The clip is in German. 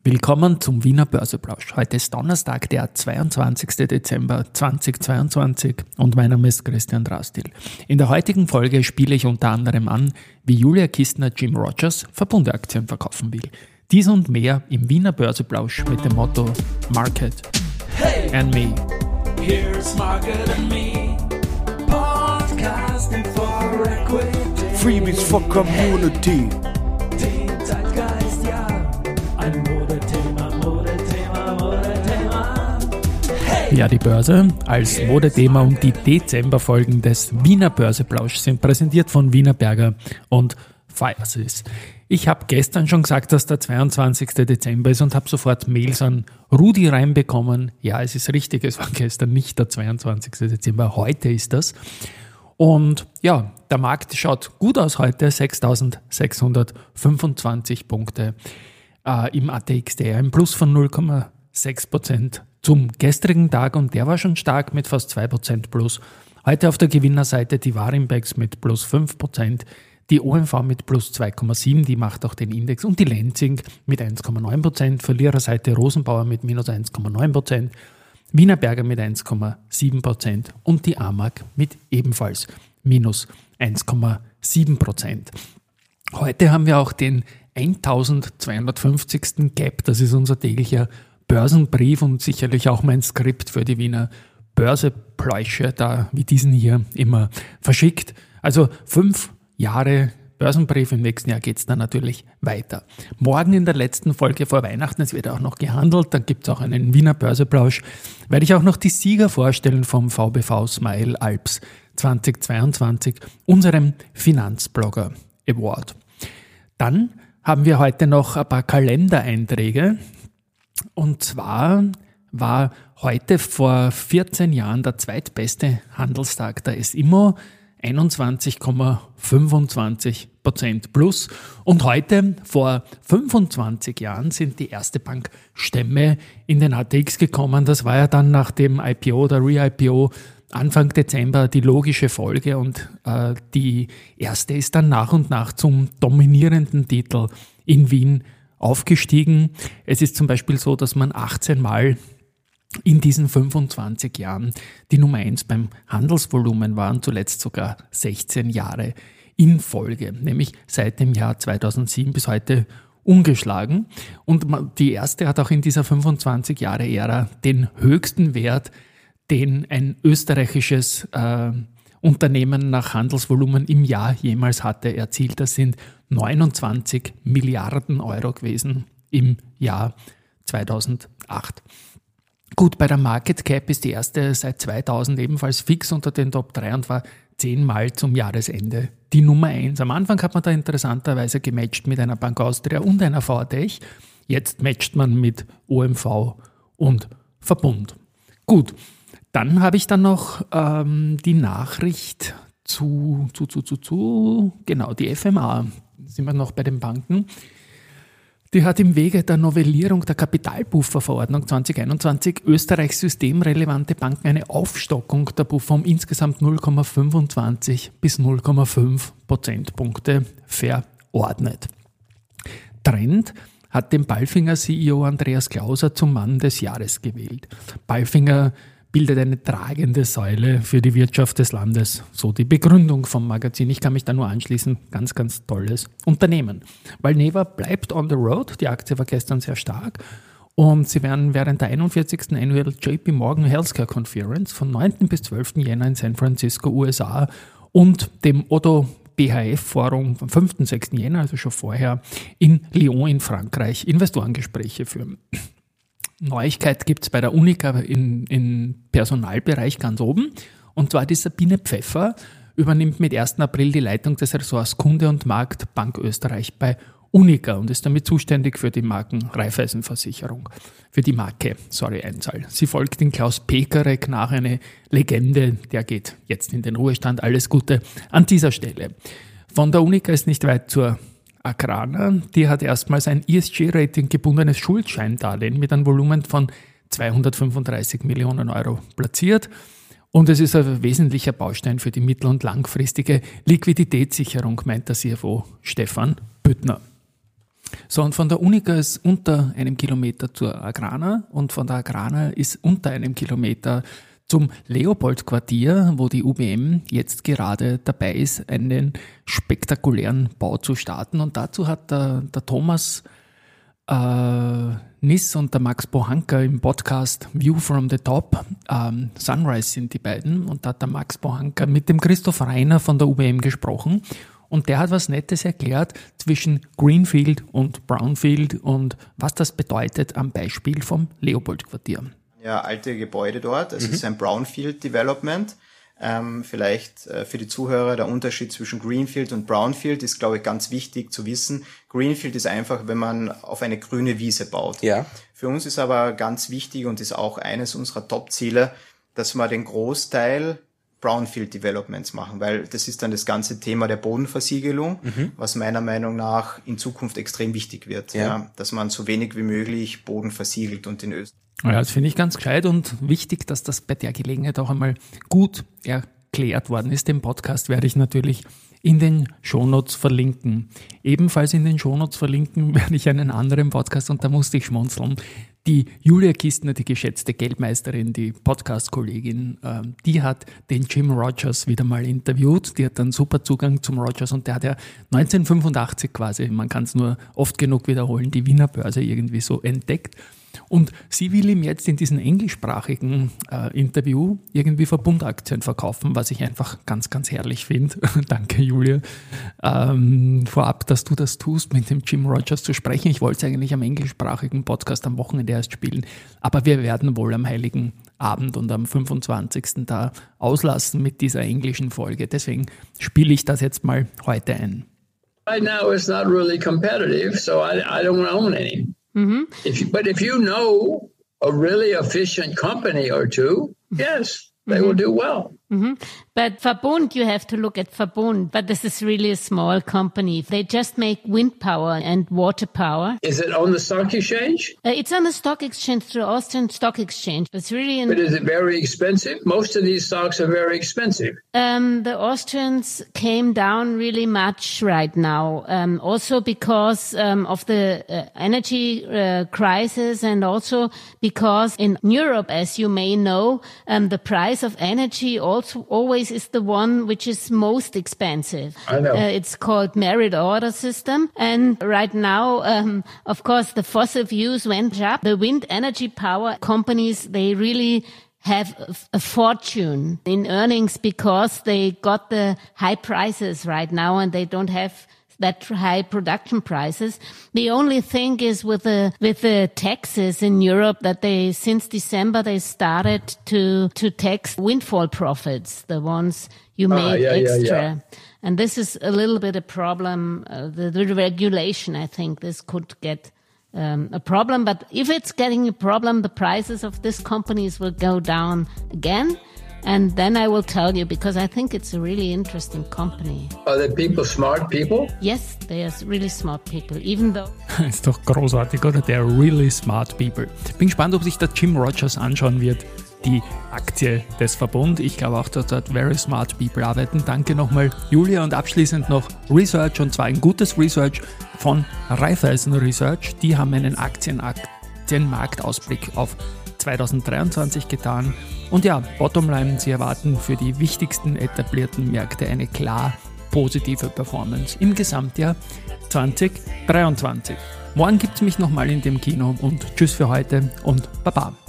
Willkommen zum Wiener Börseplausch. Heute ist Donnerstag, der 22. Dezember 2022 und mein Name ist Christian Drastil. In der heutigen Folge spiele ich unter anderem an, wie Julia Kistner Jim Rogers Verbunde-Aktien verkaufen will. Dies und mehr im Wiener Börseplausch mit dem Motto Market and Me. Here's Market and Me, podcasting for equity. Freebies for Community. Den Zeitgeist, ja, ein Modethema. Hey! Ja, die Börse als Modethema und die Dezemberfolgen des Wiener Börseplausch sind präsentiert von Wienerberger und Firesys. Ich habe gestern schon gesagt, dass der 22. Dezember ist und habe sofort Mails an Rudi reinbekommen. Ja, es ist richtig, es war gestern nicht der 22. Dezember, heute ist das. Und ja, der Markt schaut gut aus heute, 6.625 Punkte im ATXDR, ein Plus von 0,6% zum gestrigen Tag und der war schon stark mit fast 2% Plus. Heute auf der Gewinnerseite die Warimbex mit plus 5%, die OMV mit plus 2,7%, die macht auch den Index und die Lenzing mit 1,9%, Verliererseite Rosenbauer mit minus 1,9%, Wienerberger mit 1,7% und die AMAG mit ebenfalls minus 1,7%. Heute haben wir auch den 1250. Gap, das ist unser täglicher Börsenbrief und sicherlich auch mein Skript für die Wiener Börsepläusche, da wie diesen hier immer verschickt. Also 5 Jahre Börsenbrief, im nächsten Jahr geht es dann natürlich weiter. Morgen in der letzten Folge vor Weihnachten, es wird auch noch gehandelt, dann gibt es auch einen Wiener Börseplausch, werde ich auch noch die Sieger vorstellen vom VBV Smile Alps 2022, unserem Finanzblogger Award. Dann haben wir heute noch ein paar Kalendereinträge und zwar war heute vor 14 Jahren der zweitbeste Handelstag der SIMO, 21,25% plus. Und heute, vor 25 Jahren, sind die erste Bankstämme in den ATX gekommen. Das war ja dann nach dem IPO oder Re-IPO Anfang Dezember die logische Folge und die erste ist dann nach und nach zum dominierenden Titel in Wien aufgestiegen. Es ist zum Beispiel so, dass man 18 Mal in diesen 25 Jahren die Nummer 1 beim Handelsvolumen waren, zuletzt sogar 16 Jahre in Folge, nämlich seit dem Jahr 2007 bis heute ungeschlagen. Und die erste hat auch in dieser 25 Jahre Ära den höchsten Wert, den ein österreichisches Unternehmen nach Handelsvolumen im Jahr jemals hatte, erzielt. Das sind 29 Milliarden Euro gewesen im Jahr 2008. Gut, bei der Market Cap ist die erste seit 2000 ebenfalls fix unter den Top 3 und war 10 Mal zum Jahresende die Nummer 1. Am Anfang hat man da interessanterweise gematcht mit einer Bank Austria und einer VTech. Jetzt matcht man mit OMV und Verbund. Gut, dann habe ich dann noch die Nachricht genau, die FMA, sind wir noch bei den Banken. Die hat im Wege der Novellierung der Kapitalpufferverordnung 2021 Österreichs systemrelevante Banken eine Aufstockung der Puffer um insgesamt 0,25 bis 0,5 Prozentpunkte verordnet. Trend hat den Palfinger-CEO Andreas Klauser zum Mann des Jahres gewählt. Palfinger bildet eine tragende Säule für die Wirtschaft des Landes. So die Begründung vom Magazin. Ich kann mich da nur anschließen. Ganz, ganz tolles Unternehmen. Valneva bleibt on the road. Die Aktie war gestern sehr stark. Und sie werden während der 41. Annual JP Morgan Healthcare Conference von 9. bis 12. Jänner in San Francisco, USA und dem Otto BHF Forum vom 5. und 6. Jänner, also schon vorher, in Lyon in Frankreich Investorengespräche führen. Neuigkeit gibt es bei der Unica im Personalbereich ganz oben. Und zwar die Sabine Pfeffer übernimmt mit 1. April die Leitung des Ressorts Kunde und Markt Bank Österreich bei Unica und ist damit zuständig für die Marken Raiffeisenversicherung, für die Marke, Einzahl. Sie folgt in Klaus Pekarek nach, eine Legende, der geht jetzt in den Ruhestand. Alles Gute an dieser Stelle. Von der Unica ist nicht weit zur Agrana, die hat erstmals ein ESG-Rating gebundenes Schuldscheindarlehen mit einem Volumen von 235 Millionen Euro platziert. Und es ist ein wesentlicher Baustein für die mittel- und langfristige Liquiditätssicherung, meint der CFO Stefan Büttner. So, und von der Unica ist unter 1 Kilometer zur Agrana und von der Agrana ist unter 1 Kilometer zum Leopold-Quartier, wo die UBM jetzt gerade dabei ist, einen spektakulären Bau zu starten. Und dazu hat der Thomas Niss und der Max Bohanka im Podcast View from the Top, Sunrise sind die beiden, und da hat der Max Bohanka mit dem Christoph Reiner von der UBM gesprochen. Und der hat was Nettes erklärt zwischen Greenfield und Brownfield und was das bedeutet am Beispiel vom Leopold-Quartier. Ja, alte Gebäude dort. Es ist ein Brownfield-Development. Vielleicht für die Zuhörer der Unterschied zwischen Greenfield und Brownfield ist, glaube ich, ganz wichtig zu wissen. Greenfield ist einfach, wenn man auf eine grüne Wiese baut. Ja. Für uns ist aber ganz wichtig und ist auch eines unserer Top-Ziele, dass wir den Großteil Brownfield-Developments machen, weil das ist dann das ganze Thema der Bodenversiegelung, was meiner Meinung nach in Zukunft extrem wichtig wird, ja, dass man so wenig wie möglich Boden versiegelt und in Österreich. Ja, das finde ich ganz gescheit und wichtig, dass das bei der Gelegenheit auch einmal gut erklärt worden ist. Den Podcast werde ich natürlich in den Shownotes verlinken. Ebenfalls in den Shownotes verlinken werde ich einen anderen Podcast und da musste ich schmunzeln. Die Julia Kistner, die geschätzte Geldmeisterin, die Podcast-Kollegin, die hat den Jim Rogers wieder mal interviewt. Die hat dann super Zugang zum Rogers und der hat ja 1985 quasi, man kann es nur oft genug wiederholen, die Wiener Börse irgendwie so entdeckt. Und sie will ihm jetzt in diesem englischsprachigen Interview irgendwie Verbundaktien verkaufen, was ich einfach ganz, ganz herrlich finde. Danke, Julia. Vorab, dass du das tust, mit dem Jim Rogers zu sprechen. Ich wollte es eigentlich am englischsprachigen Podcast am Wochenende erst spielen, aber wir werden wohl am Heiligen Abend und am 25. da auslassen mit dieser englischen Folge. Deswegen spiele ich das jetzt mal heute ein. Right now it's not really competitive, so I don't own any. But if you know a really efficient company or two, yes, they will do well. But Verbund, you have to look at Verbund. But this is really a small company. They just make wind power and water power. Is it on the stock exchange? It's on the stock exchange, the Austrian Stock Exchange. It's really But is it very expensive? Most of these stocks are very expensive. The Austrians came down really much right now. Also because of the energy crisis and also because in Europe, as you may know, the price of energy also always is the one which is most expensive. I know. It's called merit order system. And right now, of course, the fossil fuels went up. The wind energy power companies, they really have a fortune in earnings because they got the high prices right now and they don't have that high production prices. The only thing is with the taxes in Europe that since December they started to tax windfall profits, the ones you made extra. Yeah. And this is a little bit a problem, the regulation. I think this could get a problem, but if it's getting a problem, the prices of these companies will go down again. And then I will tell you, because I think it's a really interesting company. Are the people smart people? Yes, they are really smart people, even though... Ist doch großartig, oder? They're really smart people. Bin gespannt, ob sich der Jim Rogers anschauen wird, die Aktie des Verbund. Ich glaube auch, dass dort very smart people arbeiten. Danke nochmal, Julia. Und abschließend noch Research, und zwar ein gutes Research von Raiffeisen Research. Die haben einen Aktienmarktausblick auf 2023 getan. Und ja, Bottomline, sie erwarten für die wichtigsten etablierten Märkte eine klar positive Performance im Gesamtjahr 2023. Morgen gibt es mich nochmal in dem Kino und tschüss für heute und Baba.